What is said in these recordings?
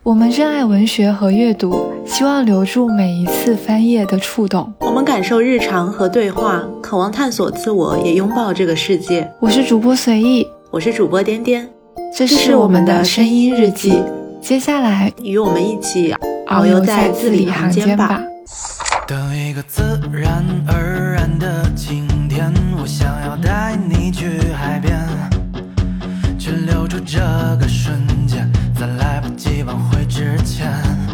我们热爱文学和阅读，希望留住每一次翻页的触动。 我们感受日常和对话，渴望探索自我，也拥抱这个世界。 我是主播随意， 我是主播颠颠， 这是我们的声音日记。接下来与我们一起遨游在字里行间吧。 的一个自然而然的晴天，我想要带你去海边，去留住这个瞬间，在来不及挽回之前。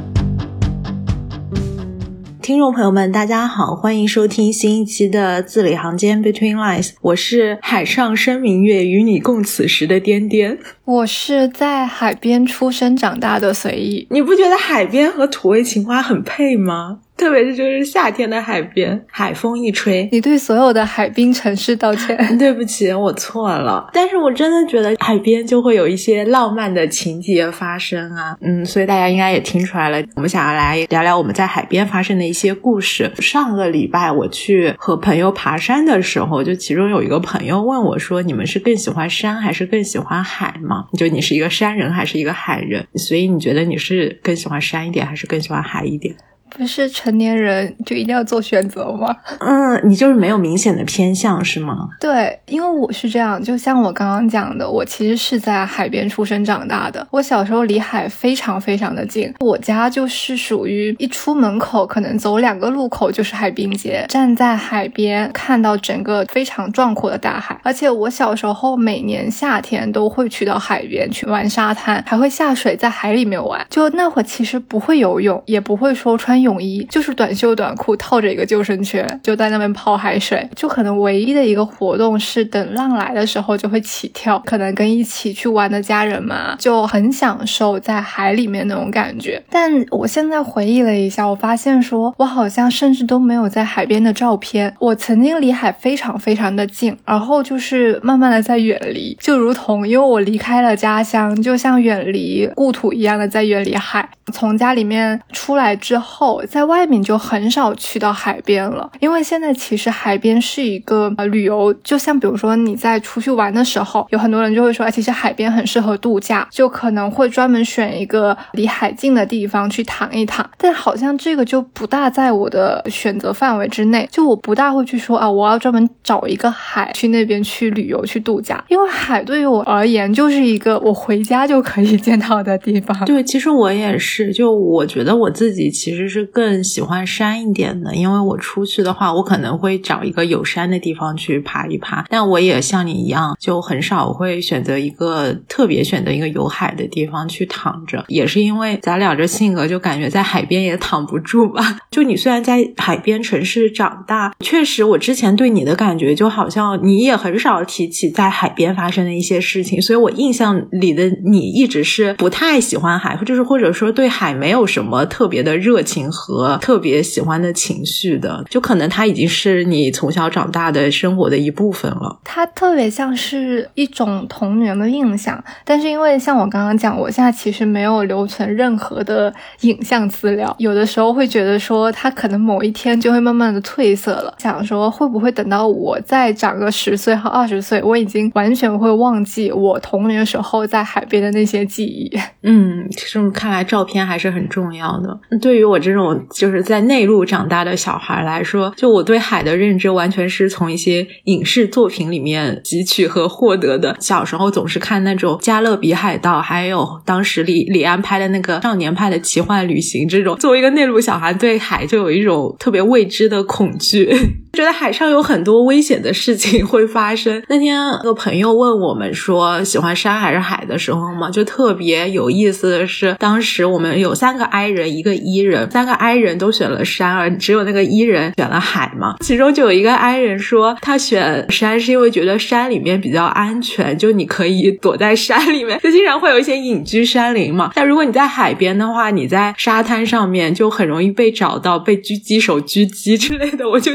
听众朋友们大家好，欢迎收听新一期的字里行间 Between Lines， 我是海上生明月与你共此时的颠颠。 我是在海边出生长大的随意。 你不觉得海边和土味情话很配吗？特别是就是夏天的海边，海风一吹。 你对所有的海滨城市道歉。 对不起，我错了。但是我真的觉得海边就会有一些浪漫的情节发生啊。所以大家应该也听出来了，我们想要来聊聊我们在海边发生的一些故事。上个礼拜我去和朋友爬山的时候，就其中有一个朋友问我说，你们是更喜欢山还是更喜欢海吗？就你是一个山人还是一个海人？所以你觉得你是更喜欢山一点还是更喜欢海一点？ 不是成年人就一定要做选择吗？ 你就是没有明显的偏向是吗？ 对，因为我是这样，就像我刚刚讲的，我其实是在海边出生长大的。我小时候离海非常非常的近，我家就是属于一出门口可能走2个路口就是海滨街，站在海边看到整个非常壮阔的大海。而且我小时候每年夏天都会去到海边去玩沙滩，还会下水在海里面玩。就那会其实不会游泳，也不会说穿泳衣，就是短袖短裤套着一个救生圈就在那边泡海水。就可能唯一的一个活动是等浪来的时候就会起跳，可能跟一起去玩的家人嘛，就很享受在海里面那种感觉。但我现在回忆了一下，我发现说我好像甚至都没有在海边的照片。我曾经离海非常非常的近，然后就是慢慢的在远离，就如同因为我离开了家乡，就像远离故土一样的在远离海。从家里面出来之后，在外面就很少去到海边了，因为现在其实海边是一个旅游，就像比如说你在出去玩的时候，有很多人就会说其实海边很适合度假，就可能会专门选一个离海近的地方去躺一躺。但好像这个就不大在我的选择范围之内，就我不大会去说我要专门找一个海去那边去旅游去度假，因为海对于我而言就是一个我回家就可以见到的地方。 对，其实我也是，就我觉得我自己其实是更喜欢山一点的，因为我出去的话我可能会找一个有山的地方去爬一爬，但我也像你一样，就很少会特别选择一个有海的地方去躺着。也是因为咱俩这性格，就感觉在海边也躺不住吧。就你虽然在海边城市长大，确实我之前对你的感觉就好像你也很少提起在海边发生的一些事情，所以我印象里的你一直是不太喜欢海，或者说对海没有什么特别的热情和特别喜欢的情绪的，就可能它已经是你从小长大的生活的一部分了。 它特别像是一种童年的印象，但是因为像我刚刚讲，我现在其实没有留存任何的影像资料，有的时候会觉得说它可能某一天就会慢慢的褪色了，想说会不会等到我再长个10岁和20岁，我已经完全会忘记我童年时候在海边的那些记忆。 这种看来照片还是很重要的。对于我这种就是在内陆长大的小孩来说，就我对海的认知完全是从一些影视作品里面汲取和获得的。小时候总是看那种加勒比海盗，还有当时李安拍的那个少年派的奇幻旅行，这种作为一个内陆小孩对海就有一种特别未知的恐惧，觉得海上有很多危险的事情会发生。那天那个朋友问我们说喜欢山还是海的时候嘛，就特别有意思的是，当时我们有3个 I 人1个 E 人，3个 I 人都选了山，而只有那个 E 人选了海嘛。其中就有一个 I 人说他选山是因为觉得山里面比较安全，就你可以躲在山里面，就经常会有一些隐居山林嘛。但如果你在海边的话，你在沙滩上面就很容易被找到，被狙击手狙击之类的。我就当时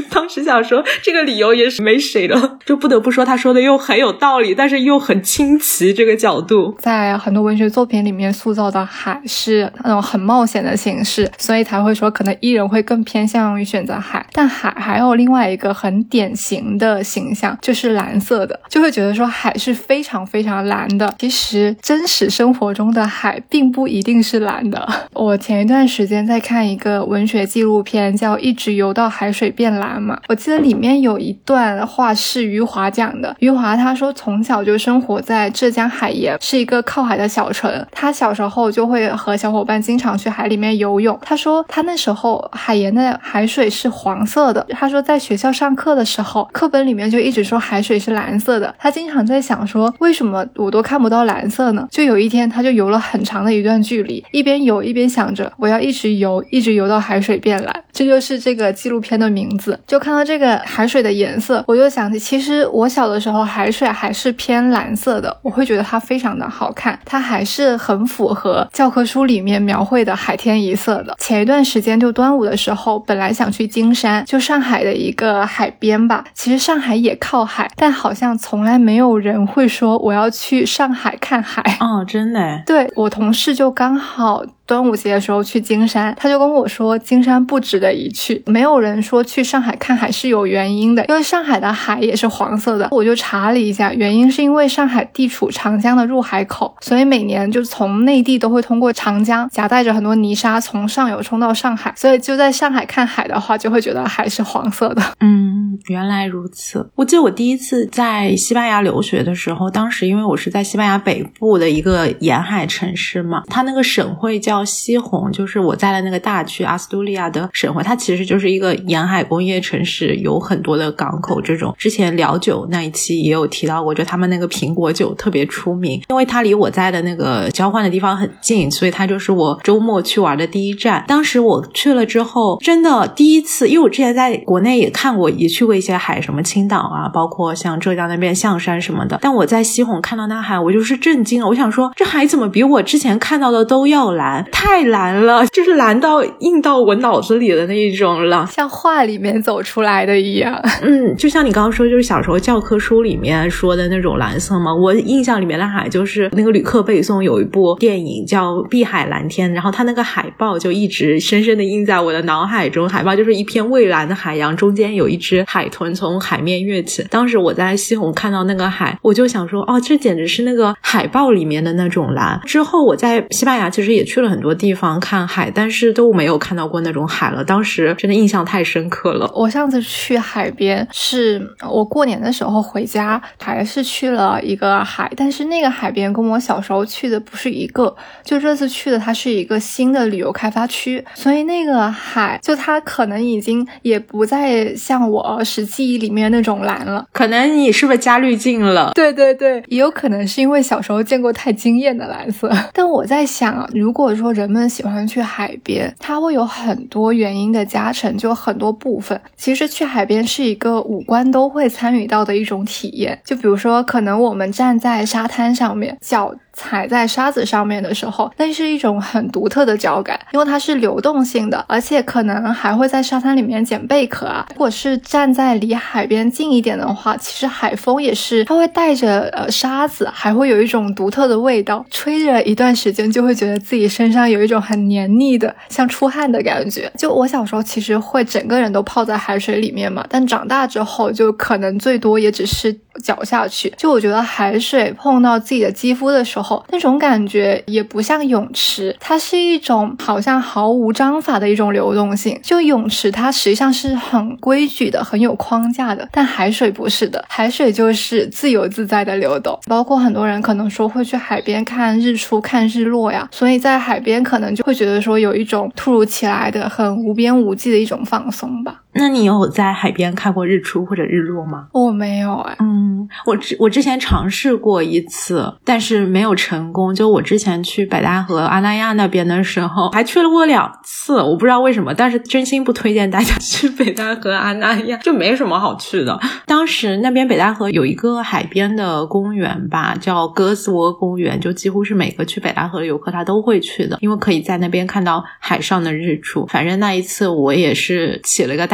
想说这个理由也是没谁了，就不得不说他说的又很有道理，但是又很清奇，这个角度在很多文学作品里面塑造的海是那种很冒险的形式，所以才会说可能艺人会更偏向于选择海。但海还有另外一个很典型的形象，就是蓝色的，就会觉得说海是非常非常蓝的。其实真实生活中的海并不一定是蓝的。我前一段时间在看一个文学纪录片叫《一直游到海水变蓝》嘛，我记得里面有一段话是余华讲的。余华他说从小就生活在浙江海盐，是一个靠海的小城，他小时候就会和小伙伴经常去海里面游泳。他说他那时候海盐的海水是黄色的，他说在学校上课的时候课本里面就一直说海水是蓝色的，他经常在想说为什么我都看不到蓝色呢？就有一天他就游了很长的一段距离，一边游一边想着我要一直游一直游到海水变蓝，这就是这个纪录片的名字。就看到这个海水的颜色，我就想起其实我小的时候海水还是偏蓝色的，我会觉得它非常的好看，它还是很符合教科书里面描绘的海天一色的。前一段时间就端午的时候本来想去金山，就上海的一个海边吧，其实上海也靠海，但好像从来没有人会说我要去上海看海。 哦，真的？ 对，我同事就刚好端午节的时候去金山，他就跟我说金山不值得一去，没有人说去上海看海是有原因的，因为上海的海也是黄色的。我就查了一下，原因是因为上海地处长江的入海口，所以每年就从内地都会通过长江夹带着很多泥沙从上游冲到上海，所以就在上海看海的话就会觉得海是黄色的。 原来如此。我记得我第一次在西班牙留学的时候，当时因为我是在西班牙北部的一个沿海城市嘛，它那个省会叫西红，就是我在的那个大区阿斯图利亚的省会，它其实就是一个沿海工业城市，有很多的港口这种。之前聊酒那一期也有提到过，就他们那个苹果酒特别出名，因为它离我在的那个交换的地方很近，所以它就是我周末去玩的第一站。当时我去了之后，真的第一次，因为我之前在国内也看过，也去过一些海，什么青岛啊，包括像浙江那边象山什么的，但我在西红看到那海，我就是震惊了。我想说这海怎么比我之前看到的都要蓝，太蓝了，就是蓝到印到我脑子里的那一种了， 像画里面走出来的一样。 就像你刚刚说，就是小时候教科书里面说的那种蓝色嘛。我印象里面的海就是那个吕克贝松有一部电影叫《碧海蓝天》，然后他那个海报就一直深深的印在我的脑海中。海报就是一片蔚蓝的海洋，中间有一只海豚从海面跃起。当时我在西红看到那个海，我就想说哦，这简直是那个海报里面的那种蓝。之后我在西班牙其实也去了很多地方看海，但是都没有看到过那种海了，当时真的印象太深刻了。 我上次去海边是我过年的时候回家，还是去了一个海，但是那个海边跟我小时候去的不是一个，就这次去的它是一个新的旅游开发区，所以那个海就它可能已经也不再像我儿时记忆里面那种蓝了， 可能你是不是加滤镜了？ 对对对，也有可能是因为小时候见过太惊艳的蓝色。但我在想，如果说人们喜欢去海边，它会有很多原因的加成，就很多部分。其实去海边是一个五官都会参与到的一种体验，就比如说可能我们站在沙滩上面，脚踩在沙子上面的时候，那是一种很独特的脚感，因为它是流动性的，而且可能还会在沙滩里面捡贝壳啊。如果是站在离海边近一点的话，其实海风也是它会带着沙子，还会有一种独特的味道，吹着一段时间就会觉得自己身上有一种很黏腻的像出汗的感觉。就我小时候其实会整个人都泡在海水里面嘛，但长大之后就可能最多也只是脚下去。就我觉得海水碰到自己的肌肤的时候，那种感觉也不像泳池，它是一种好像毫无章法的一种流动性。就泳池它实际上是很规矩的，很有框架的，但海水不是的，海水就是自由自在的流动。包括很多人可能说会去海边看日出看日落呀，所以在海边可能就会觉得说有一种突如其来的很无边无际的一种放松吧。 那你有在海边看过日出或者日落吗？ 我没有哎。 我之前尝试过一次，但是没有成功。就我之前去北戴河阿那亚那边的时候，还去了过2次，我不知道为什么，但是真心不推荐大家去北戴河阿那亚，就没什么好去的。当时那边北戴河有一个海边的公园吧，叫鸽子窝公园，就几乎是每个去北戴河的游客他都会去的，因为可以在那边看到海上的日出。反正那一次我也是起了个大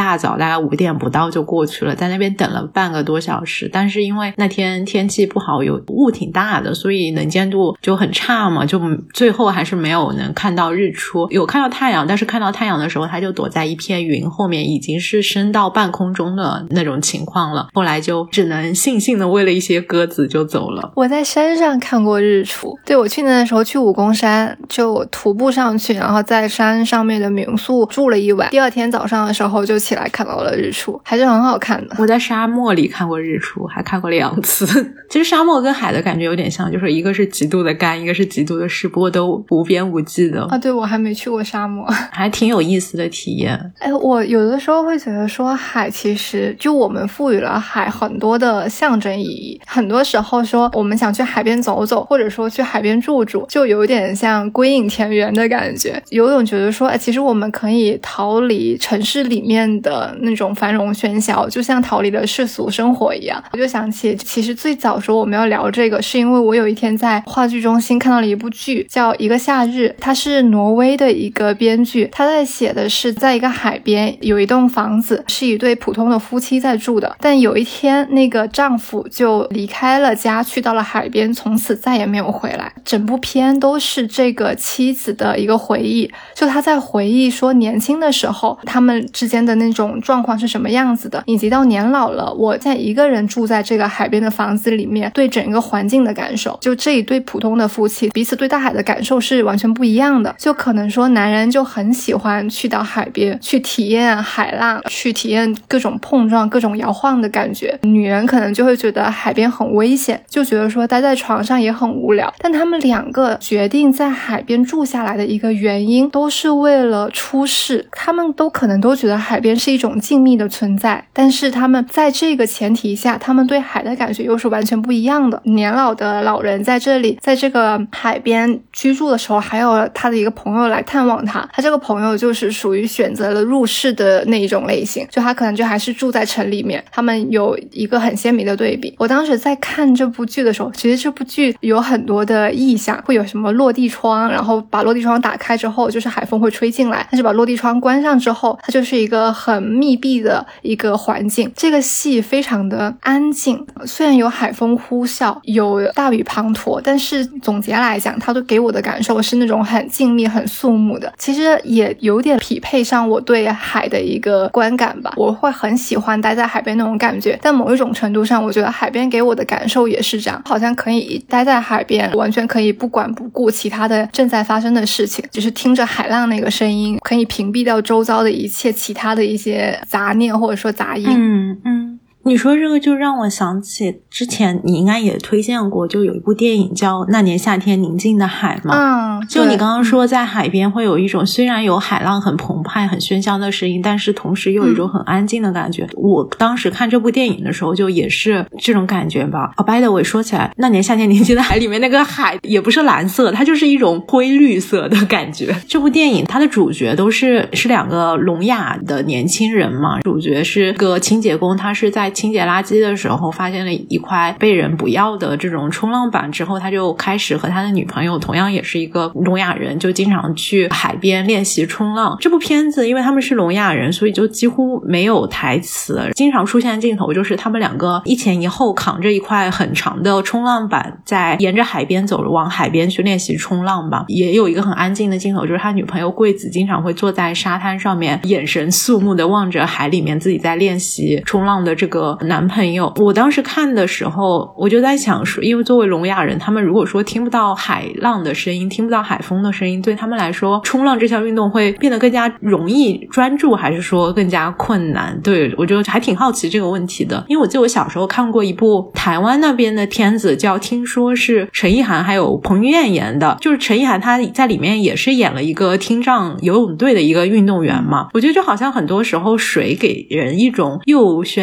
大早大概5点不到就过去了，在那边等了半个多小时，但是因为那天天气不好，有雾挺大的，所以能见度就很差嘛，就最后还是没有能看到日出。有看到太阳，但是看到太阳的时候它就躲在一片云后面，已经是升到半空中的那种情况了，后来就只能悻悻的喂了一些鸽子就走了。 我在山上看过日出，对，我去年的时候去武功山就徒步上去，然后在山上面的民宿住了一晚，第二天早上的时候就起来看到了日出，还是很好看的。 我在沙漠里看过日出，还看过2次。其实沙漠跟海的感觉有点像，就是一个是极度的干，一个是极度的湿，不过都无边无际的。 啊，对，我还没去过沙漠， 还挺有意思的体验。 我有的时候会觉得说海其实就我们赋予了海很多的象征意义，很多时候说我们想去海边走走，或者说去海边住住，就有点像归隐田园的感觉，有种觉得说其实我们可以逃离城市里面的那种繁荣喧嚣，就像逃离了世俗生活一样。我就想起其实最早说我们要聊这个是因为我有一天在话剧中心看到了一部剧叫《一个夏日》，它是挪威的一个编剧，他在写的是在一个海边有一栋房子是一对普通的夫妻在住的，但有一天那个丈夫就离开了家去到了海边，从此再也没有回来。整部片都是这个妻子的一个回忆，就他在回忆说年轻的时候他们之间的那种状况是什么样子的，以及到年老了我在一个人住在这个海边的房子里面对整个环境的感受。就这一对普通的夫妻彼此对大海的感受是完全不一样的，就可能说男人就很喜欢去到海边去体验海浪，去体验各种碰撞各种摇晃的感觉，女人可能就会觉得海边很危险，就觉得说待在床上也很无聊。但他们两个决定在海边住下来的一个原因都是为了出世，他们都可能都觉得海边是一种静谧的存在，但是他们在这个前提下他们对海的感觉又是完全不一样的。年老的老人在这里在这个海边居住的时候，还有他的一个朋友来探望他，他这个朋友就是属于选择了入世的那一种类型，就他可能就还是住在城里面，他们有一个很鲜明的对比。我当时在看这部剧的时候，其实这部剧有很多的意象，会有什么落地窗，然后把落地窗打开之后就是海风会吹进来，但是把落地窗关上之后它就是一个很密闭的一个环境。这个戏非常的安静，虽然有海风呼啸有大雨滂沱，但是总结来讲它都给我的感受是那种很静谧很肃穆的，其实也有点匹配上我对海的一个观感吧。我会很喜欢待在海边那种感觉，但某一种程度上我觉得海边给我的感受也是这样，好像可以待在海边完全可以不管不顾其他的正在发生的事情，只是听着海浪那个声音可以屏蔽掉周遭的一切其他的一些杂念或者说杂音。 你说这个就让我想起之前你应该也推荐过，就有一部电影叫《那年夏天宁静的海》嘛。就你刚刚说在海边会有一种虽然有海浪很澎湃很喧嚣的声音，但是同时又有一种很安静的感觉。我当时看这部电影的时候就也是这种感觉吧。by the way 说起来，《那年夏天宁静的海》里面那个海也不是蓝色，它就是一种灰绿色的感觉。这部电影它的主角都是2个聋哑的年轻人嘛，主角是个清洁工，他是在清洁垃圾的时候发现了一块被人不要的这种冲浪板之后，他就开始和他的女朋友同样也是一个聋哑人，就经常去海边练习冲浪。这部片子因为他们是聋哑人，所以就几乎没有台词，经常出现的镜头就是他们2个一前一后扛着一块很长的冲浪板在沿着海边走，往海边去练习冲浪吧。也有一个很安静的镜头，就是他女朋友桂子经常会坐在沙滩上面眼神肃穆的望着海里面自己在练习冲浪的这个男朋友。我当时看的时候我就在想说，因为作为聋哑人，他们如果说听不到海浪的声音听不到海风的声音，对他们来说冲浪这项运动会变得更加容易专注还是说更加困难。对，我就还挺好奇这个问题的。因为我记得我小时候看过一部台湾那边的片子叫听说是陈意涵还有彭于晏演的，就是陈意涵他在里面也是演了一个听障游泳队的一个运动员嘛。我觉得就好像很多时候水给人一种又喧嚣又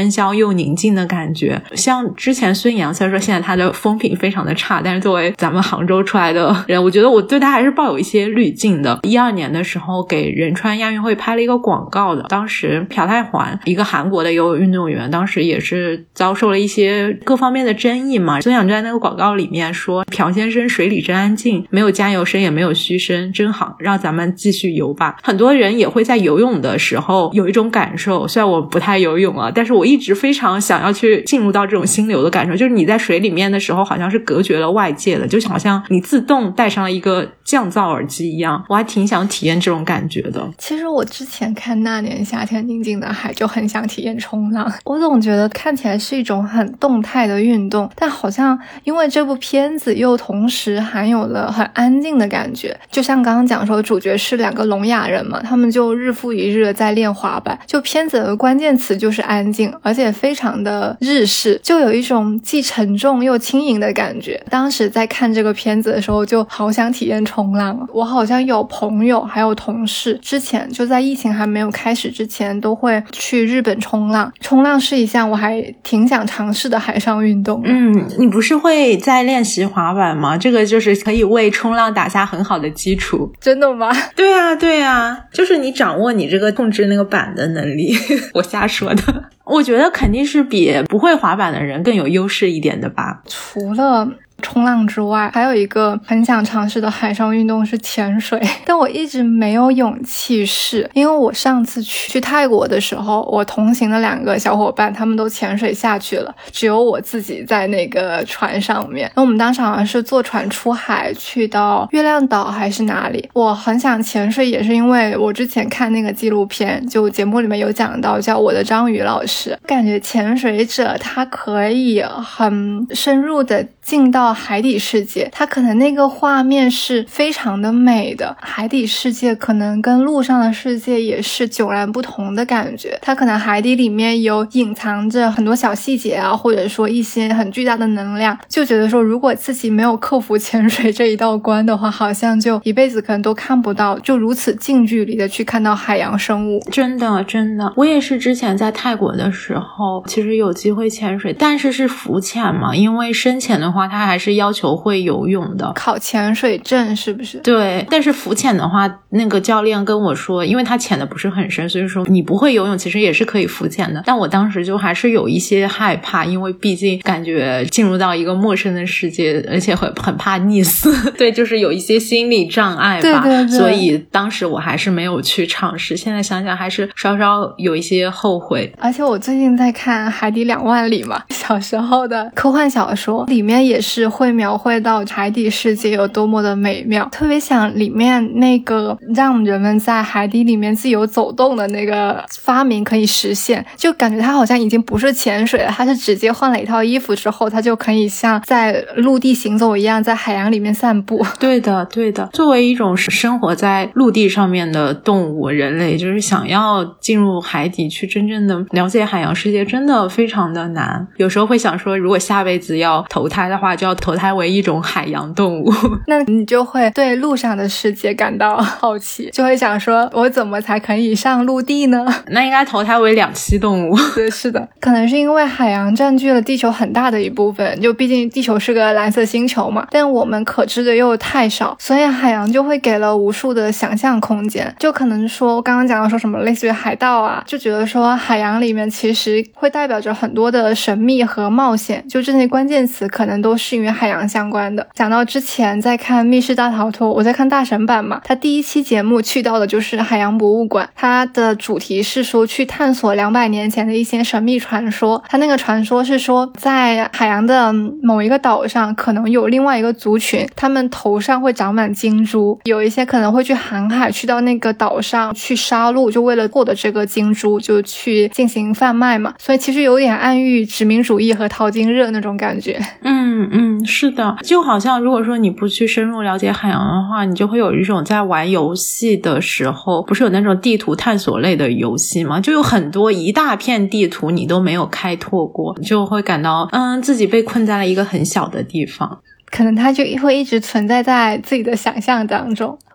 又宁静的感觉。像之前孙杨，虽然说现在他的风评非常的差，但是作为咱们杭州出来的人，我觉得我对他还是抱有一些滤镜的。12年的时候给仁川亚运会拍了一个广告的，当时朴泰桓一个韩国的游泳运动员，当时也是遭受了一些各方面的争议嘛。孙杨就在那个广告里面说，朴先生水里真安静，没有加油声也没有嘘声，真好，让咱们继续游吧。很多人也会在游泳的时候有一种感受，虽然我不太游泳啊，但是我一直非常想要去进入到这种心流的感受，就是你在水里面的时候好像是隔绝了外界的，就好像你自动戴上了一个降噪耳机一样，我还挺想体验这种感觉的。 其实我之前看那年夏天宁静的海就很想体验冲浪，我总觉得看起来是一种很动态的运动，但好像因为这部片子又同时含有了很安静的感觉，就像刚刚讲说主角是2个聋哑人嘛，他们就日复一日的在练滑板，就片子的关键词就是安静，而且非常的日式，就有一种既沉重又轻盈的感觉。当时在看这个片子的时候就好想体验冲浪，我好像有朋友还有同事之前就在疫情还没有开始之前都会去日本冲浪，冲浪是一项我还挺想尝试的海上运动。 你不是会在练习滑板吗？这个就是可以为冲浪打下很好的基础。 真的吗？ 对啊对啊，就是你掌握你这个控制那个板的能力我瞎说的。我觉得肯定是比不会滑板的人更有优势一点的吧。 除了冲浪之外，还有一个很想尝试的海上运动是潜水，但我一直没有勇气试，因为我上次去泰国的时候，我同行的2个小伙伴他们都潜水下去了，只有我自己在那个船上面。那我们当时好像是坐船出海去到月亮岛还是哪里。我很想潜水也是因为我之前看那个纪录片，就节目里面有讲到叫我的章鱼老师，感觉潜水者他可以很深入的进到海底世界，它可能那个画面是非常的美的，海底世界可能跟陆上的世界也是迥然不同的感觉，它可能海底里面有隐藏着很多小细节啊，或者说一些很巨大的能量，就觉得说如果自己没有克服潜水这一道关的话，好像就一辈子可能都看不到就如此近距离的去看到海洋生物。 真的真的，我也是之前在泰国的时候其实有机会潜水，但是浮潜嘛，因为深潜的话它还是要求会游泳的， 考潜水证是不是？ 对，但是浮潜的话那个教练跟我说，因为他潜的不是很深，所以说你不会游泳其实也是可以浮潜的，但我当时就还是有一些害怕，因为毕竟感觉进入到一个陌生的世界，而且很怕溺死对，就是有一些心理障碍吧。 对对对， 所以当时我还是没有去尝试，现在想想还是稍稍有一些后悔。 而且我最近在看海底2万里嘛，小时候的科幻小说里面也是会描绘到海底世界有多么的美妙，特别想里面那个让人们在海底里面自由走动的那个发明可以实现，就感觉它好像已经不是潜水了，它是直接换了一套衣服之后，它就可以像在陆地行走一样在海洋里面散步。 对的对的，作为一种生活在陆地上面的动物，人类就是想要进入海底去真正的了解海洋世界真的非常的难，有时候会想说如果下辈子要投胎的话就要投胎为一种海洋动物那你就会对陆上的世界感到好奇，就会想说我怎么才可以上陆地呢？ 那应该投胎为两栖动物对，是的，可能是因为海洋占据了地球很大的一部分，就毕竟地球是个蓝色星球嘛，但我们可知的又太少，所以海洋就会给了无数的想象空间。就可能说刚刚讲到说什么类似于海盗啊，就觉得说海洋里面其实会代表着很多的神秘和冒险，就这些关键词可能都是与海洋相关的。讲到之前在看密室大逃脱，我在看大神版嘛，它第一期节目去到的就是海洋博物馆，它的主题是说去探索200年前的一些神秘传说。它那个传说是说在海洋的某一个岛上可能有另外一个族群，他们头上会长满金珠，有一些可能会去航海去到那个岛上去杀戮，就为了获得这个金珠就去进行贩卖嘛，所以其实有点暗喻殖民主义和淘金热那种感觉。 是的，就好像如果说你不去深入了解海洋的话，你就会有一种在玩游戏的时候，不是有那种地图探索类的游戏吗？就有很多一大片地图你都没有开拓过，就会感到自己被困在了一个很小的地方， 可能它就会一直存在在自己的想象当中。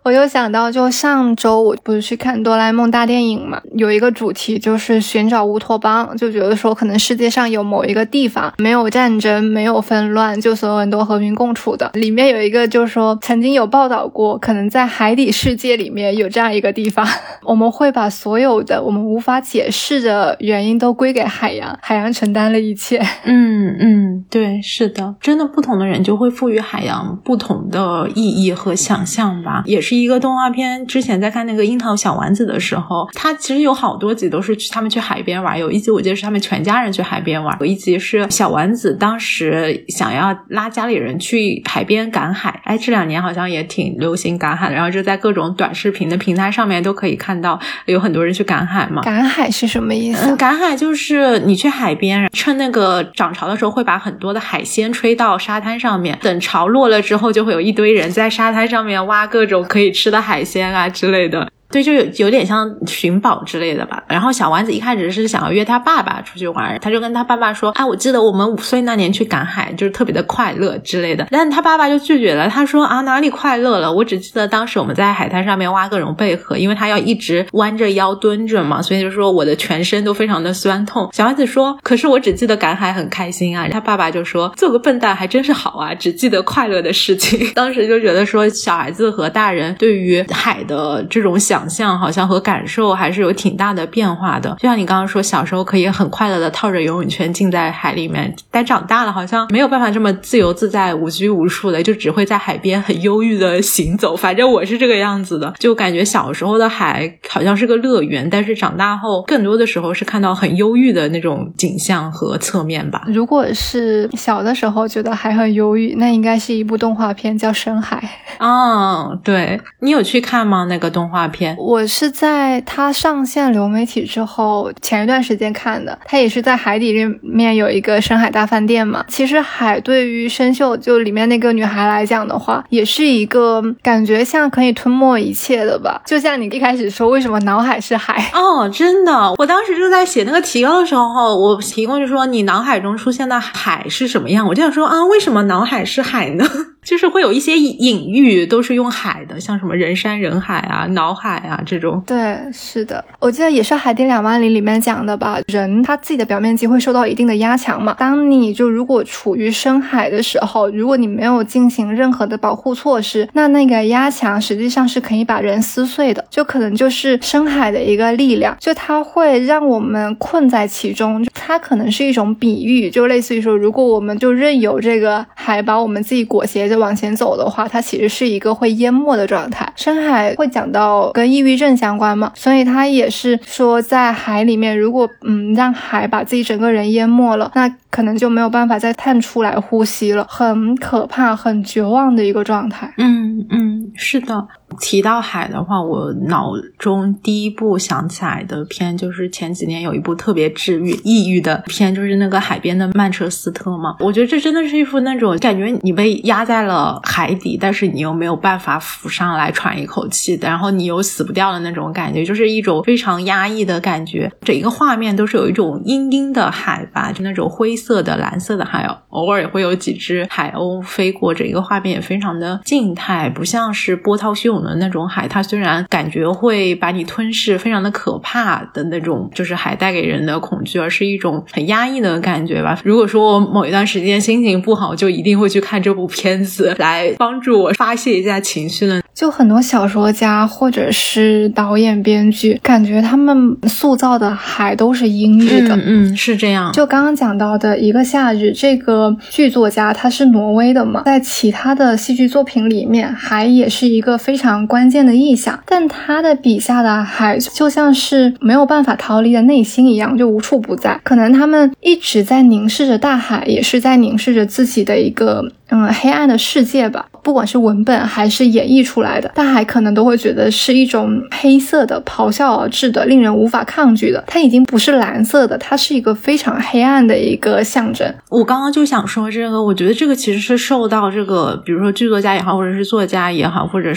我又想到，就上周我不是去看哆啦 A 梦大电影嘛，有一个主题就是寻找乌托邦，就觉得说可能世界上有某一个地方没有战争，没有纷乱，就所有人都和平共处的。里面有一个就是说曾经有报道过，可能在海底世界里面有这样一个地方，我们会把所有的我们无法解释的原因都归给海洋，海洋承担了一切。 对，是的，真的不同的人就会赋予海洋不同的意义和想象吧。也是一个动画片，之前在看那个樱桃小丸子的时候，它其实有好多集都是他们去海边玩，有一集我记得是他们全家人去海边玩，有一集是小丸子当时想要拉家里人去海边赶海，这2年好像也挺流行赶海的，然后就在各种短视频的平台上面都可以看到有很多人去赶海嘛。 赶海是什么意思？ 赶海就是你去海边，趁那个涨潮的时候会把很多的海鲜吹到沙滩上面，等潮落了之后就会有一堆人在沙滩上面挖各种可以吃的海鲜啊之类的。对，就有点像寻宝之类的吧。然后小丸子一开始是想要约他爸爸出去玩，他就跟他爸爸说我记得我们5岁那年去赶海就是特别的快乐之类的，但他爸爸就拒绝了，他说哪里快乐了，我只记得当时我们在海滩上面挖各种贝壳，因为他要一直弯着腰蹲着嘛，所以就说我的全身都非常的酸痛。小丸子说可是我只记得赶海很开心啊，他爸爸就说做个笨蛋还真是好啊，只记得快乐的事情。当时就觉得说小孩子和大人对于海的这种想象好像和感受还是有挺大的变化的。就像你刚刚说小时候可以很快乐的套着游泳圈浸在海里面，但长大了好像没有办法这么自由自在无拘无束的，就只会在海边很忧郁的行走，反正我是这个样子的，就感觉小时候的海好像是个乐园，但是长大后更多的时候是看到很忧郁的那种景象和侧面吧。 如果是小的时候觉得还很忧郁，那应该是一部动画片叫《深海》。 对，你有去看吗那个动画片？ 我是在它上线流媒体之后前一段时间看的，它也是在海底里面有一个深海大饭店嘛。其实海对于生锈就里面那个女孩来讲的话，也是一个感觉像可以吞没一切的吧。就像你一开始说为什么脑海是海。 真的，我当时就在写那个提纲的时候，我提供就说你脑海中出现的海是什么样，我就想说为什么脑海是海呢？就是会有一些隐喻都是用海的，像什么人山人海啊、脑海啊这种。 对，是的，我记得也是《海底2万里》里面讲的吧，人他自己的表面积会受到一定的压强嘛。当你就如果处于深海的时候，如果你没有进行任何的保护措施，那个压强实际上是可以把人撕碎的，就可能就是深海的一个力量，就它会让我们困在其中。它可能是一种比喻，就类似于说如果我们就任由这个海把我们自己裹挟着往前走的话，它其实是一个会淹没的状态。深海会讲到跟抑郁症相关嘛，所以它也是说在海里面如果让海把自己整个人淹没了，那可能就没有办法再探出来呼吸了，很可怕很绝望的一个状态。 是的。提到海的话，我脑中第一部想起来的片就是前几年有一部特别治愈抑郁的片，就是那个海边的曼彻斯特嘛。我觉得这真的是一副那种感觉你被压在了海底，但是你又没有办法浮上来喘一口气的，然后你又死不掉的那种感觉，就是一种非常压抑的感觉。整个画面都是有一种阴阴的海吧，就那种灰色的蓝色的海，偶尔也会有几只海鸥飞过，整个画面也非常的静态，不像是波涛汹涌的那种海，它虽然感觉会把你吞噬，非常的可怕的那种就是海带给人的恐惧，而是一种很压抑的感觉吧。如果说我某一段时间心情不好，就一定会去看这部片子来帮助我发泄一下情绪了。 就很多小说家或者是导演编剧，感觉他们塑造的海都是阴郁的。 是这样。 就刚刚讲到的一个夏日，这个剧作家他是挪威的嘛，在其他的戏剧作品里面海也是一个非常关键的意象，但他的笔下的海就像是没有办法逃离的内心一样，就无处不在。可能他们一直在凝视着大海，也是在凝视着自己的一个黑暗的世界吧。不管是文本还是演绎出来的，大海可能都会觉得是一种黑色的、咆哮而至的、令人无法抗拒的。它已经不是蓝色的，它是一个非常黑暗的一个象征。 我刚刚就想说这个，我觉得这个其实是受到这个比如说剧作家也好，或者是作家也好，或者是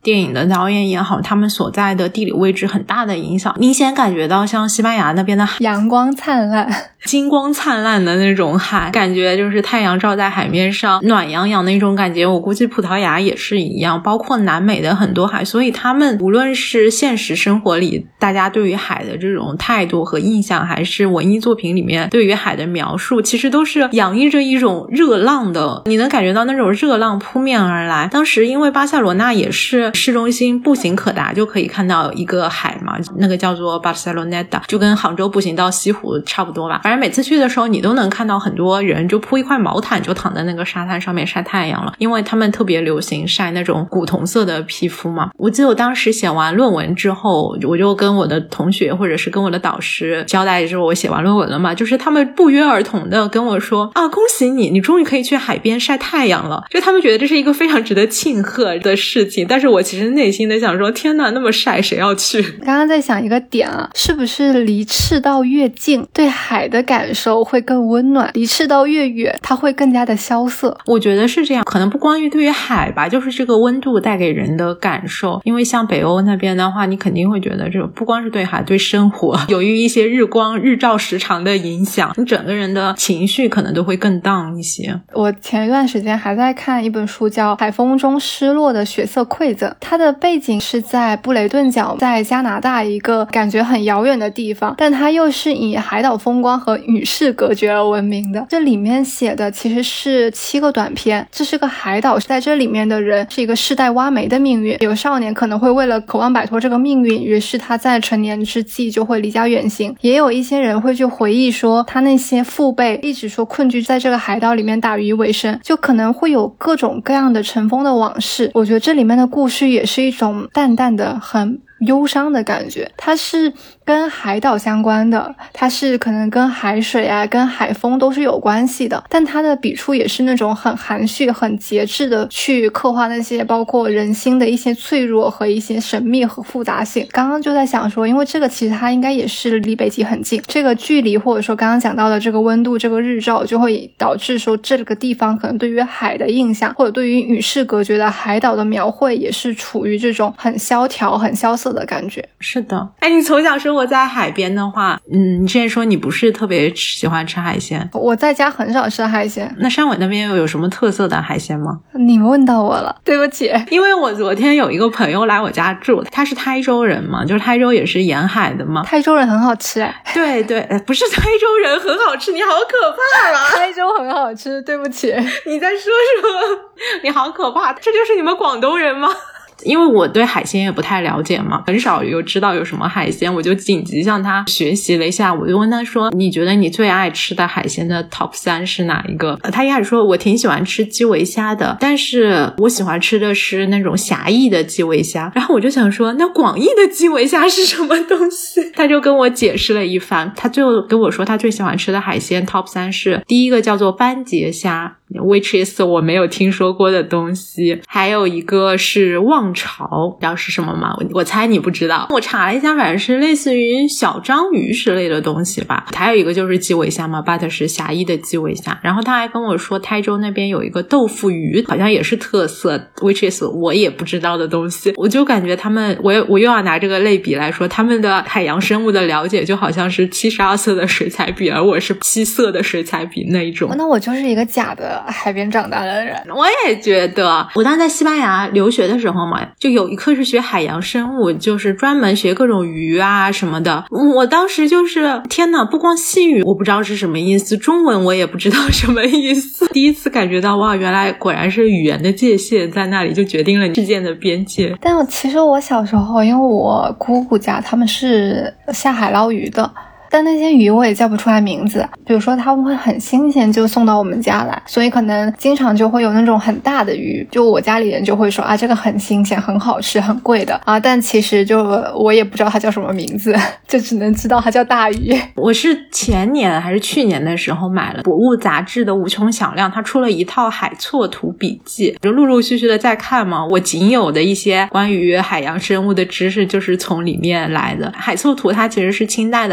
电影的导演也好，他们所在的地理位置很大的影响，明显感觉到像西班牙那边的阳光灿烂金光灿烂的那种海，感觉就是太阳照在海面上暖洋洋的一种感觉。我估计葡萄牙也是一样，包括南美的很多海，所以他们无论是现实生活里大家对于海的这种态度和印象，还是文艺作品里面对于海的描述，其实都是洋溢着一种热浪的，你能感觉到那种热浪扑面而来。当时因为巴塞罗那也是市中心步行可达就可以看到一个海嘛，那个叫做巴塞罗那达，就跟杭州步行到西湖差不多吧。反正每次去的时候你都能看到很多人就铺一块毛毯就躺在那个沙滩上面晒太阳了，因为他们特别流行晒那种古铜色的皮肤嘛。我记得我当时写完论文之后，我就跟我的同学或者是跟我的导师交代说我写完论文了嘛，就是他们不约而同的跟我说啊，恭喜你，你终于可以去海边晒太阳了，就他们觉得这是一个非常值得庆贺的事情。但是我其实内心的想说，天哪，那么晒谁要去？ 刚刚在想一个点啊，是不是离赤道越近对海的感受会更温暖，离赤道越远它会更加的萧瑟？ 我觉得是这样，可能不光于对于海吧，就是这个温度带给人的感受。因为像北欧那边的话，你肯定会觉得这个不光是对海，对生活由于一些日光日照时长的影响，你整个人的情绪可能都会更down一些。 我前一段时间还在看一本书叫《海风中失落的血色馈赠》，它的背景是在布雷顿角，在加拿大一个感觉很遥远的地方，但它又是以海岛风光和与世隔绝而闻名的。这里面写的其实是7个短篇，这是个海岛，在这里面的人是一个世代挖煤的命运，有少年可能会为了渴望摆脱这个命运，于是他在成年之际就会离家远行，也有一些人会去回忆说他那些父辈一直说困居在这个海岛里面打鱼为生，就可能会有各种各样的尘封的往事。我觉得这里面的故事也是一种淡淡的很忧伤的感觉，它是跟海岛相关的，它是可能跟海水啊跟海风都是有关系的，但它的笔触也是那种很含蓄很节制的去刻画那些包括人心的一些脆弱和一些神秘和复杂性。刚刚就在想说，因为这个其实它应该也是离北极很近，这个距离或者说刚刚讲到的这个温度这个日照就会导致说这个地方可能对于海的印象或者对于与世隔绝的海岛的描绘也是处于这种很萧条很萧瑟的感觉。 是的。你从小生活在海边的话，你之前说你不是特别喜欢吃海鲜。 我在家很少吃海鲜。 那汕尾那边有什么特色的海鲜吗？ 你问到我了，对不起。 因为我昨天有一个朋友来我家住，他是台州人嘛，就是台州也是沿海的嘛。 台州人很好吃对对，不是台州人很好吃，你好可怕啊！ 台州很好吃，对不起。 你在说什么？你好可怕，这就是你们广东人吗？因为我对海鲜也不太了解嘛，很少有知道有什么海鲜，我就紧急向他学习了一下。我就问他说，你觉得你最爱吃的海鲜的 top 3是哪一个？他一开始说我挺喜欢吃基围虾的，但是我喜欢吃的是那种狭义的基围虾。然后我就想说，那广义的基围虾是什么东西？他就跟我解释了一番，他最后跟我说他最喜欢吃的海鲜 top 3是，第一个叫做斑节虾，which is 我没有听说过的东西，还有一个是望潮，知道是什么吗？我猜你不知道。我查了一下，反正是类似于小章鱼之类的东西吧。还有一个就是基围虾嘛 ，but 是狭义的基围虾。然后他还跟我说，台州那边有一个豆腐鱼，好像也是特色 ，which is 我也不知道的东西。我就感觉他们，我又要拿这个类比来说，他们的海洋生物的了解就好像是72色的水彩笔，而我是7色的水彩笔那一种。 那我就是一个假的海边长大的人。 我也觉得，我当时在西班牙留学的时候嘛，就有一课是学海洋生物，就是专门学各种鱼啊什么的。我当时就是天哪，不光西语我不知道是什么意思，中文我也不知道什么意思。第一次感觉到哇，原来果然是语言的界限在那里就决定了事件的边界。 但其实我小时候，因为我姑姑家他们是下海捞鱼的，但那些鱼我也叫不出来名字，比如说他们会很新鲜就送到我们家来，所以可能经常就会有那种很大的鱼，就我家里人就会说啊，这个很新鲜很好吃很贵的啊，但其实就我也不知道它叫什么名字，就只能知道它叫大鱼。 我是前年还是去年的时候买了博物杂志的无穷响亮，它出了一套海错图笔记，就陆陆续续的在看嘛，我仅有的一些关于海洋生物的知识就是从里面来的。海错图它其实是清代的画家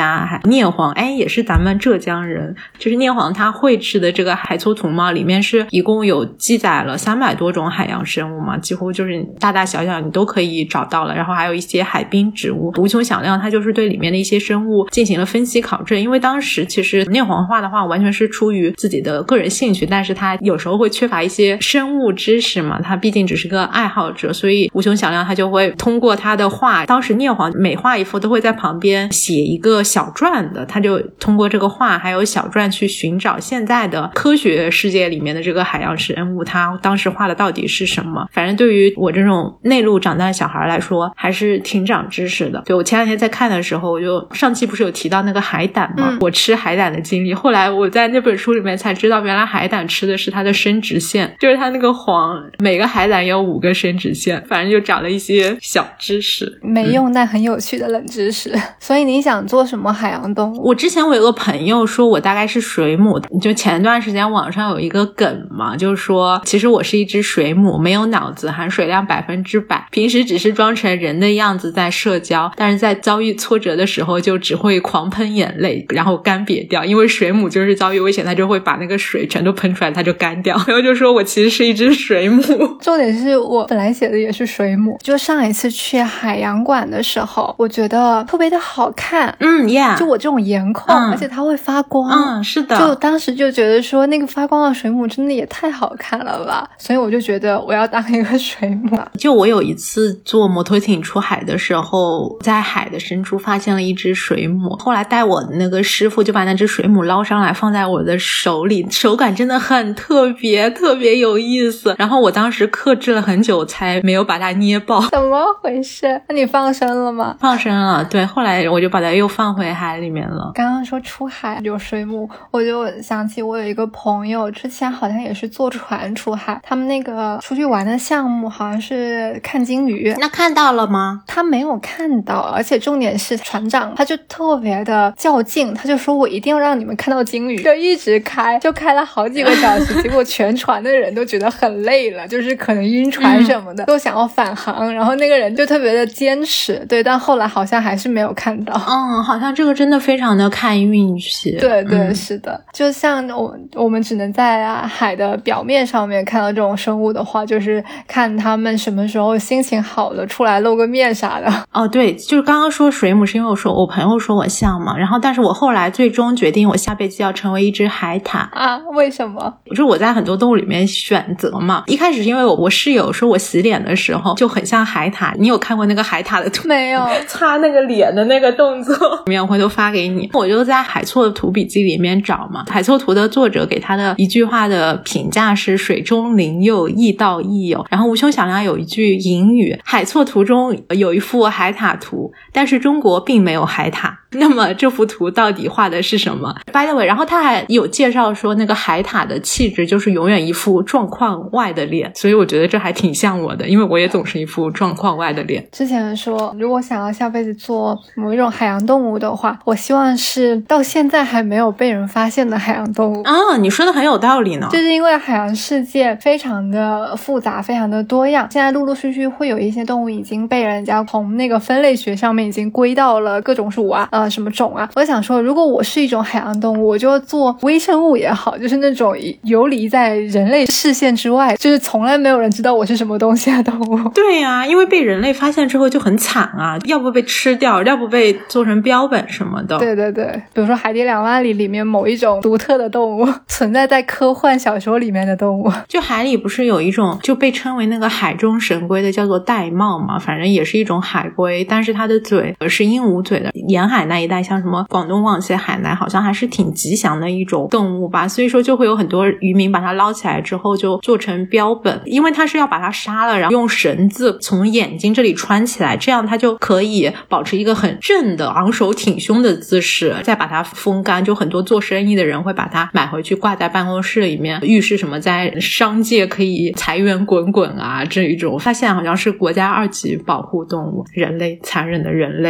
家聂黄，也是咱们浙江人，就是聂黄他绘制的这个海错图嘛，里面是一共有记载了300多种海洋生物嘛，几乎就是大大小小你都可以找到了，然后还有一些海滨植物。无穷响亮他就是对里面的一些生物进行了分析考证，因为当时其实聂黄画的话完全是出于自己的个人兴趣，但是他有时候会缺乏一些生物知识嘛，他毕竟只是个爱好者，所以无穷响亮他就会通过他的画，当时聂黄每画一幅都会在旁边写一个小传的，他就通过这个画还有小传去寻找现在的科学世界里面的这个海洋生物他当时画的到底是什么。反正对于我这种内陆长大的小孩来说还是挺长知识的。对，我前两天在看的时候，我就上期不是有提到那个海胆吗，我吃海胆的经历，后来我在那本书里面才知道原来海胆吃的是它的生殖腺，就是它那个黄，每个海胆有5个生殖腺，反正就长了一些小知识， 没用但很有趣的冷知识。所以你想做什么海洋动物？ 我之前我有个朋友说我大概是水母，就前段时间网上有一个梗嘛，就是说其实我是一只水母，没有脑子，含水量100%，平时只是装成人的样子在社交，但是在遭遇挫折的时候就只会狂喷眼泪然后干瘪掉，因为水母就是遭遇危险它就会把那个水全都喷出来，它就干掉，然后就说我其实是一只水母。 重点是我本来写的也是水母，就上一次去海洋馆的时候我觉得特别的好看 yeah 就我这种颜控而且它会发光是的， 就当时就觉得说那个发光的水母真的也太好看了吧，所以我就觉得我要当一个水母。 就我有一次坐摩托艇出海的时候，在海的深处发现了一只水母，后来带我的那个师傅就把那只水母捞上来放在我的手里，手感真的很特别特别有意思，然后我当时克制了很久才没有把它捏爆。 怎么回事？那你放生了吗？ 放生了，对，后来我就把它又放回海里面了。 刚刚说出海有水母，我就想起我有一个朋友之前好像也是坐船出海，他们那个出去玩的项目好像是看鲸鱼。 那看到了吗？ 他没有看到，而且重点是船长他就特别的较劲，他就说我一定要让你们看到鲸鱼，就一直开，就开了好几个小时结果全船的人都觉得很累了，就是可能晕船什么的都想要返航，然后那个人就特别的坚持，对，但后来好像还是没有看到。 好像这个真的非常的看运气。 对对，是的，就像我们只能在海的表面上面看到这种生物的话，就是看他们什么时候心情好了出来露个面啥的。 对，就是刚刚说水母是因为我朋友说我像嘛，然后但是我后来最终决定我下辈子要成为一只海獭为什么？ 就是我在很多动物里面选择嘛，一开始是因为我室友说我洗脸的时候就很像海獭，你有看过那个海獭的图？ 没有。 擦那个脸的那个动作我回头发给你。我就在海错图笔记里面找嘛，海错图的作者给他的一句话的评价是水中灵佑，亦道亦友。然后无穷响亮有一句引语，海错图中有一幅海獭图，但是中国并没有海獭，那么这幅图到底画的是什么？ By the way， 然后他还有介绍说那个海獭的气质就是永远一副状况外的脸，所以我觉得这还挺像我的，因为我也总是一副状况外的脸。 之前说如果想要下辈子做某一种海洋动物的话，我希望是到现在还没有被人发现的海洋动物你说的很有道理呢。 就是因为海洋世界非常的复杂非常的多样，现在陆陆续续会有一些动物已经被人家从那个分类学上面已经归到了各种属什么种我想说如果我是一种海洋动物，我就做微生物也好，就是那种游离在人类视线之外，就是从来没有人知道我是什么东西的动物。 对呀，因为被人类发现之后就很惨要不被吃掉，要不被做成标本什么的。 对对对，比如说海底2万里里面某一种独特的动物，存在在科幻小说里面的动物。 就海里不是有一种就被称为那个海中神龟的叫做玳瑁嘛，反正也是一种海龟，但是它的嘴是鹦鹉嘴的。沿海那一带像什么广东广西海南好像还是挺吉祥的一种动物吧，所以说就会有很多渔民把它捞起来之后就做成标本，因为它是要把它杀了，然后用绳子从眼睛这里穿起来，这样它就可以保持一个很正的昂首挺胸的姿势，再把它风干。就很多做生意的人会把它买回去挂在办公室里面，预示什么在商界可以财源滚滚这一种。它现在好像是国家2级保护动物，人类，残忍的人类。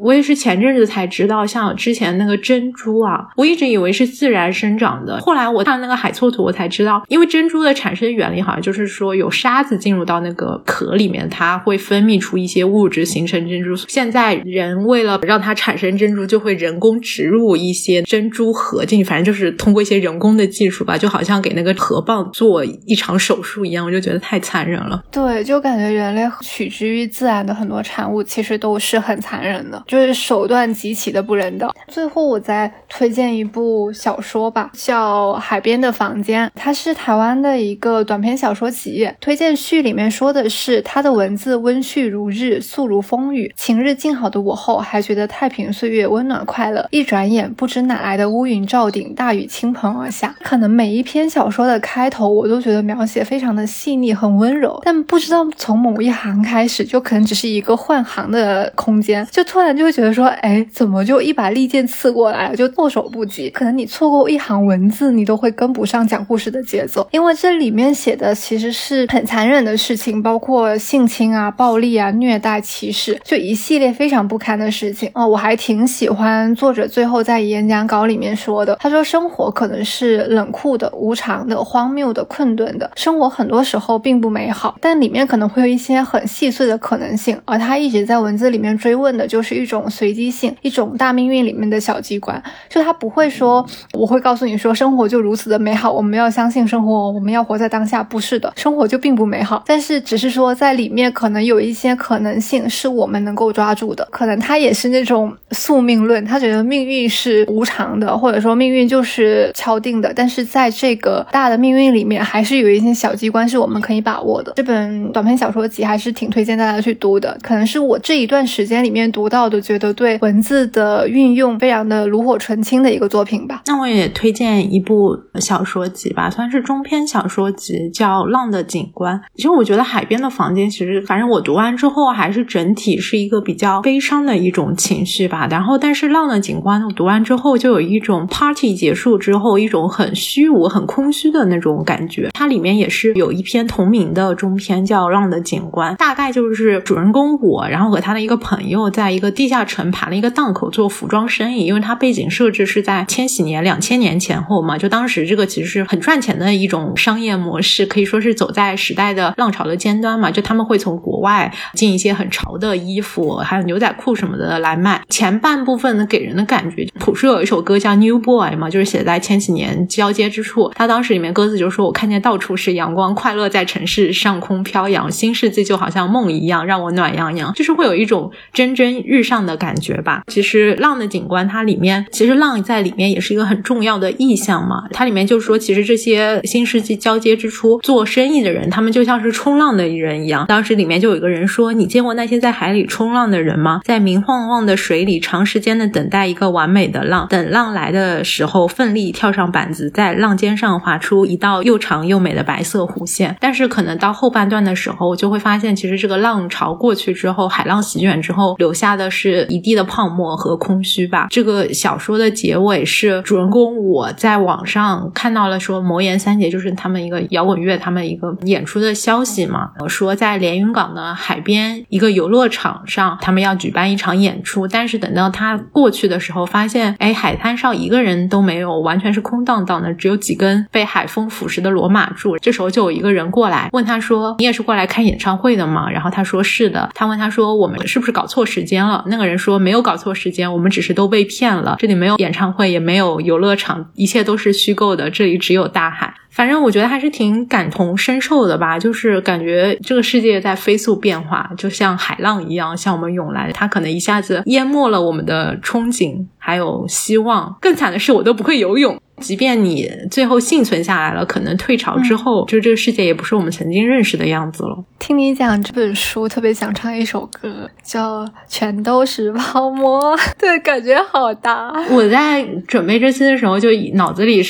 我也是前阵子才知道，像之前那个珍珠啊，我一直以为是自然生长的，后来我看那个海错图我才知道，因为珍珠的产生原理好像就是说有沙子进入到那个壳里面，它会分泌出一些物质形成珍珠。现在人为了让它产生珍珠，就会人工植入一些珍珠核进去，反正就是通过一些人工的技术吧，就好像给那个核棒做一场手术一样，我就觉得太残忍了。 对，就感觉人类取之于自然的很多产物其实都是很残忍的，就是手段极其的不人道。最后我再推荐一部小说吧，叫《海边的房间》，它是台湾的一个短篇小说集。推荐序里面说的是，它的文字温煦如日，素如风雨。晴日静好的午后，还觉得太平岁月温暖快乐。一转眼，不知哪来的乌云罩顶，大雨倾盆而下。可能每一篇小说的开头，我都觉得描写非常的细腻，很温柔，但不知道从某一行开始，就可能只是一个换行的空间，就突然就会觉得说，哎，怎么就一把利剑刺过来了，就措手不及。可能你错过一行文字，你都会跟不上讲故事的节奏，因为这里面写的其实是很残忍的事情，包括性侵啊、暴力啊、虐待、歧视，就一系列非常不堪的事情。我还挺喜欢作者最后在演讲稿里面说的，他说生活可能是冷酷的、无常的、荒谬的、困顿的，生活很多时候并不美好，但里面可能会有一些很细碎的可能性，而他一直在文字里面追问的就是一种随机性，一种大命运里面的小机关。就他不会说我会告诉你说生活就如此的美好，我们要相信生活，我们要活在当下，不是的，生活就并不美好，但是只是说在里面可能有一些可能性是我们能够抓住的。可能他也是那种宿命论，他觉得命运是无常的，或者说命运就是敲定的，但是在这个大的命运里面还是有一些小机关是我们可以把握的。这本短篇小说集还是挺推荐大家去读的，可能是我这一段时间里面读到的觉得对文字的运用非常的炉火纯青的一个作品吧。 那我也推荐一部小说集吧，算是中篇小说集，叫《浪的景观》。其实我觉得海边的房间，其实反正我读完之后还是整体是一个比较悲伤的一种情绪吧。然后但是《浪的景观》我读完之后就有一种 party 结束之后一种很虚无很空虚的那种感觉。它里面也是有一篇同名的中篇叫《浪的景观》，大概就是主人公我然后和他的一个朋友在一个地下城盘了一个档口做服装生意，因为它背景设置是在千禧年2000年前后嘛，就当时这个其实是很赚钱的一种商业模式，可以说是走在时代的浪潮的尖端嘛，就他们会从国外进一些很潮的衣服还有牛仔裤什么的来卖。前半部分呢给人的感觉，朴树有一首歌叫 New Boy 嘛，就是写在千禧年交接之处，他当时里面歌词就说我看见到处是阳光，快乐在城市上空飘扬，新世纪就好像梦一样让我暖洋洋，就是会有一种蒸蒸日上的感觉吧。其实浪的景观它里面，其实浪在里面也是一个很重要的意象嘛，它里面就是说其实这些新世纪交接之初做生意的人，他们就像是冲浪的人一样。当时里面就有一个人说，你见过那些在海里冲浪的人吗？在明晃晃的水里长时间的等待一个完美的浪，等浪来的时候奋力跳上板子，在浪尖上划出一道又长又美的白色弧线。但是可能到后半段的时候就会发现，其实这个浪潮过去之后，海浪席卷之后留下的是一地的泡沫和空虚吧。这个小说的结尾是主人公我在网上看到了说魔岩三杰就是他们一个摇滚乐他们一个演出的消息嘛，说在连云港的海边一个游乐场上他们要举办一场演出，但是等到他过去的时候发现海滩上一个人都没有，完全是空荡荡的，只有几根被海风腐蚀的罗马柱。这时候就有一个人过来问他说，你也是过来看演唱会的吗？然后他说是的。他问他说我们是不是搞错时间了？那个人说没有搞错时间，我们只是都被骗了，这里没有演唱会也没有游乐场，一切都是虚构的，这里只有大海。反正我觉得还是挺感同身受的吧，就是感觉这个世界在飞速变化，就像海浪一样向我们涌来，它可能一下子淹没了我们的憧憬还有希望。更惨的是我都不会游泳，即便你最后幸存下来了，可能退潮之后就这个世界也不是我们曾经认识的样子了。 听你讲这本书特别想唱一首歌叫全都是泡沫，对，感觉好大。 我在准备这期的时候就脑子里是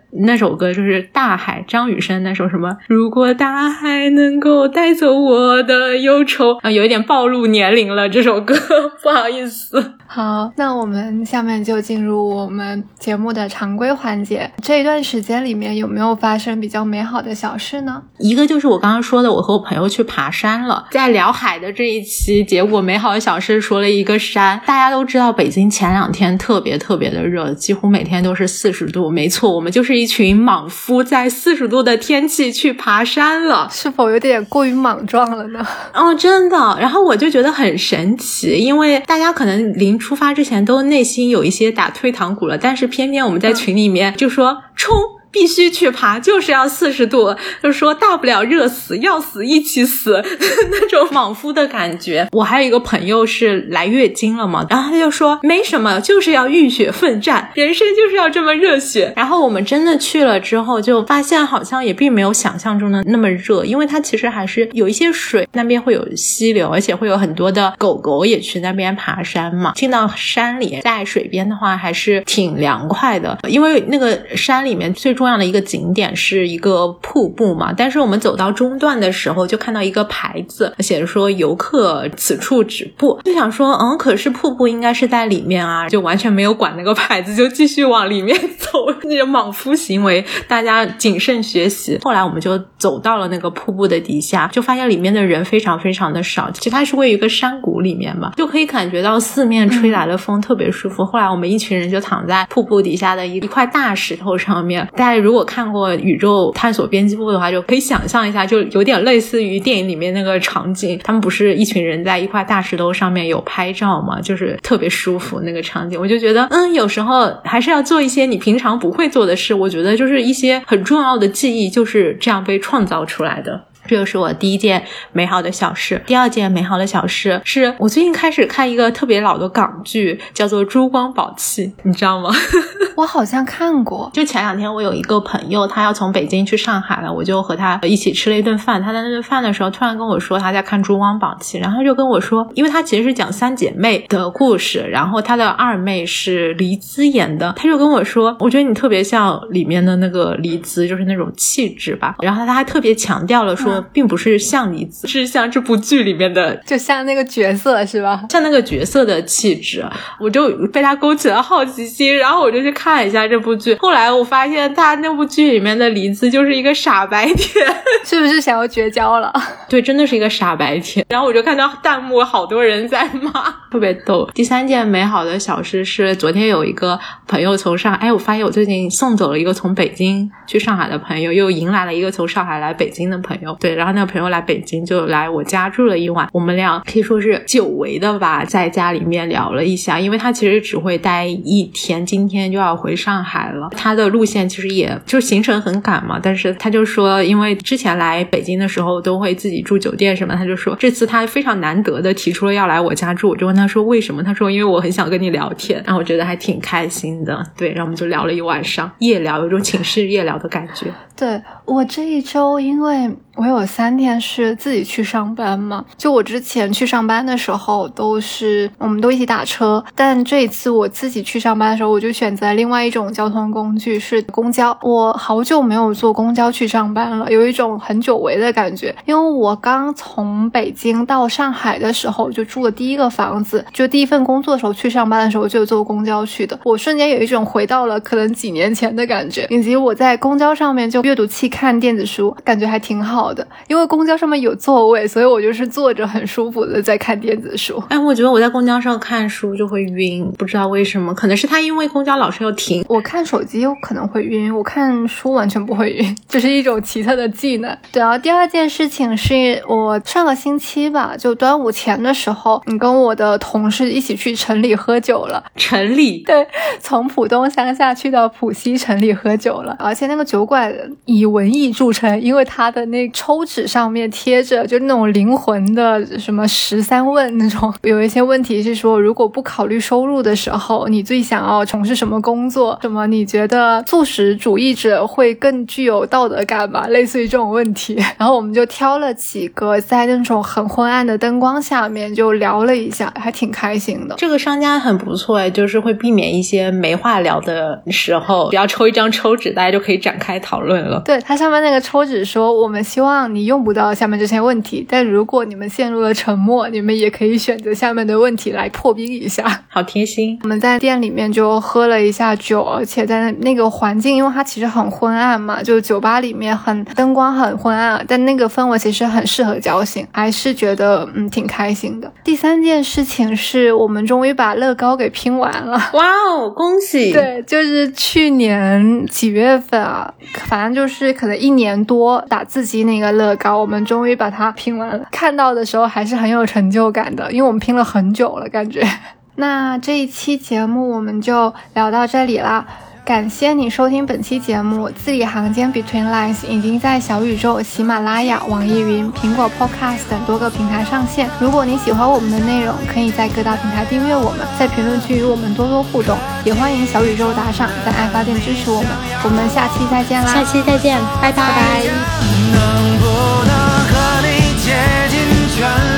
那首歌就是大海，张雨生那首什么如果大海能够带走我的忧愁，有一点暴露年龄了这首歌不好意思。 好，那我们下面就进入我们节目的常规环节。这一段时间里面有没有发生比较美好的小事呢？ 一个就是我刚刚说的，我和我朋友去爬山了。在聊海的这一期，结果美好的小事说了一个山。大家都知道北京前2天特别特别的热，几乎每天都是40度。没错，我们就是一群莽夫在40度的天气去爬山了。 是否有点过于莽撞了呢？ 真的。然后我就觉得很神奇，因为大家可能临出发之前都内心有一些打退堂鼓了，但是偏偏我们在群里面就说冲，必须去爬，就是要40度，就是说大不了热死，要死一起死那种莽夫的感觉。我还有一个朋友是来月经了嘛，然后他就说没什么，就是要浴血奋战，人生就是要这么热血。然后我们真的去了之后就发现好像也并没有想象中的那么热，因为它其实还是有一些水，那边会有溪流，而且会有很多的狗狗也去那边爬山嘛。进到山里在水边的话还是挺凉快的，因为那个山里面最重要的一个景点是一个瀑布嘛，但是我们走到中段的时候就看到一个牌子写着说游客此处止步，就想说可是瀑布应该是在里面啊，就完全没有管那个牌子，就继续往里面走。那种莽夫行为大家谨慎学习。后来我们就走到了那个瀑布的底下，就发现里面的人非常非常的少，其实它是位于一个山谷里面嘛，就可以感觉到四面吹来的风特别舒服。后来我们一群人就躺在瀑布底下的一块大石头上面，大家如果看过宇宙探索编辑部的话就可以想象一下，就有点类似于电影里面那个场景，他们不是一群人在一块大石头上面有拍照嘛，就是特别舒服那个场景。我就觉得有时候还是要做一些你平常不会做的事，我觉得就是一些很重要的记忆就是这样被创造出来的。这就是我第一件美好的小事。第二件美好的小事是我最近开始看一个特别老的港剧，叫做《珠光宝气》，你知道吗？ 我好像看过。 就前2天我有一个朋友他要从北京去上海了，我就和他一起吃了一顿饭。他在那顿饭的时候突然跟我说他在看《珠光宝气》，然后他就跟我说，因为他其实是讲3姐妹的故事，然后他的2妹是黎姿演的，他就跟我说我觉得你特别像里面的那个黎姿，就是那种气质吧。然后他还特别强调了说并不是像黎姿，是像这部剧里面的， 就像那个角色是吧？ 像那个角色的气质。我就被他勾起了好奇心，然后我就去看一下这部剧。后来我发现他那部剧里面的黎姿就是一个傻白甜， 是不是想要绝交了？ 对，真的是一个傻白甜。然后我就看到弹幕好多人在骂，特别逗。第3件美好的小事是昨天有一个朋友从上海，我发现我最近送走了一个从北京去上海的朋友，又迎来了一个从上海来北京的朋友。对，然后那个朋友来北京就来我家住了一晚，我们俩可以说是久违的吧，在家里面聊了一下，因为他其实只会待1天，今天就要回上海了。他的路线其实也就行程很赶嘛，但是他就说因为之前来北京的时候都会自己住酒店什么，他就说这次他非常难得的提出了要来我家住。我就问他说为什么，他说因为我很想跟你聊天。然后我觉得还挺开心的，对，然后我们就聊了一晚上，夜聊，有种寝室夜聊的感觉。 对，我这一周因为我有3天是自己去上班嘛，就我之前去上班的时候我们都一起打车，但这一次我自己去上班的时候我就选择另外一种交通工具，是公交。我好久没有坐公交去上班了，有一种很久违的感觉。因为我刚从北京到上海的时候就住了第一个房子，就第一份工作的时候去上班的时候就坐公交去的，我瞬间有一种回到了可能几年前的感觉。以及我在公交上面就阅读器看电子书，感觉还挺好的，因为公交上面有座位，所以我就是坐着很舒服的在看电子书。 我觉得我在公交上看书就会晕，不知道为什么，可能是他因为公交老是要停。 我看手机有可能会晕，我看书完全不会晕，这是一种奇特的技能。对啊，第2件事情是我上个星期吧，就端午前的时候，你跟我的同事一起去城里喝酒了。 城里？ 对，从浦东乡下去到浦西城里喝酒了，而且那个酒馆以文艺著称，因为它的那抽纸上面贴着就那种灵魂的什么13问那种，有一些问题是说，如果不考虑收入的时候，你最想要从事什么工作，什么你觉得素食主义者会更具有道德感吧，类似于这种问题。然后我们就挑了几个在那种很昏暗的灯光下面就聊了一下，还挺开心的。 这个商家很不错诶，就是会避免一些没话聊的时候，只要抽一张抽纸大家就可以展开讨论了。 对，它上面那个抽纸说，我们希望你用不到下面这些问题，但如果你们陷入了沉默，你们也可以选择下面的问题来破冰一下。 好贴心。 我们在店里面就喝了一下酒，而且在那个环境，因为它其实很昏暗嘛，就酒吧里面灯光很昏暗，但那个氛围其实很适合交心，还是觉得挺开心的。第3件事情是我们终于把乐高给拼完了。 哇哦，恭喜！ 对，就是去年几月份啊，反正就是可能1年多打字机那个乐高，我们终于把它拼完了。看到的时候还是很有成就感的，因为我们拼了很久了感觉。那这一期节目我们就聊到这里啦。感谢你收听本期节目，字里行间 Between Lines 已经在小宇宙、喜马拉雅、网易云、苹果 Podcast 等多个平台上线。如果你喜欢我们的内容，可以在各大平台订阅我们，在评论区与我们多多互动，也欢迎小宇宙打赏，在爱发电支持我们。我们下期再见啦！ 下期再见，拜拜。 拜拜。 能不能和你竭尽全力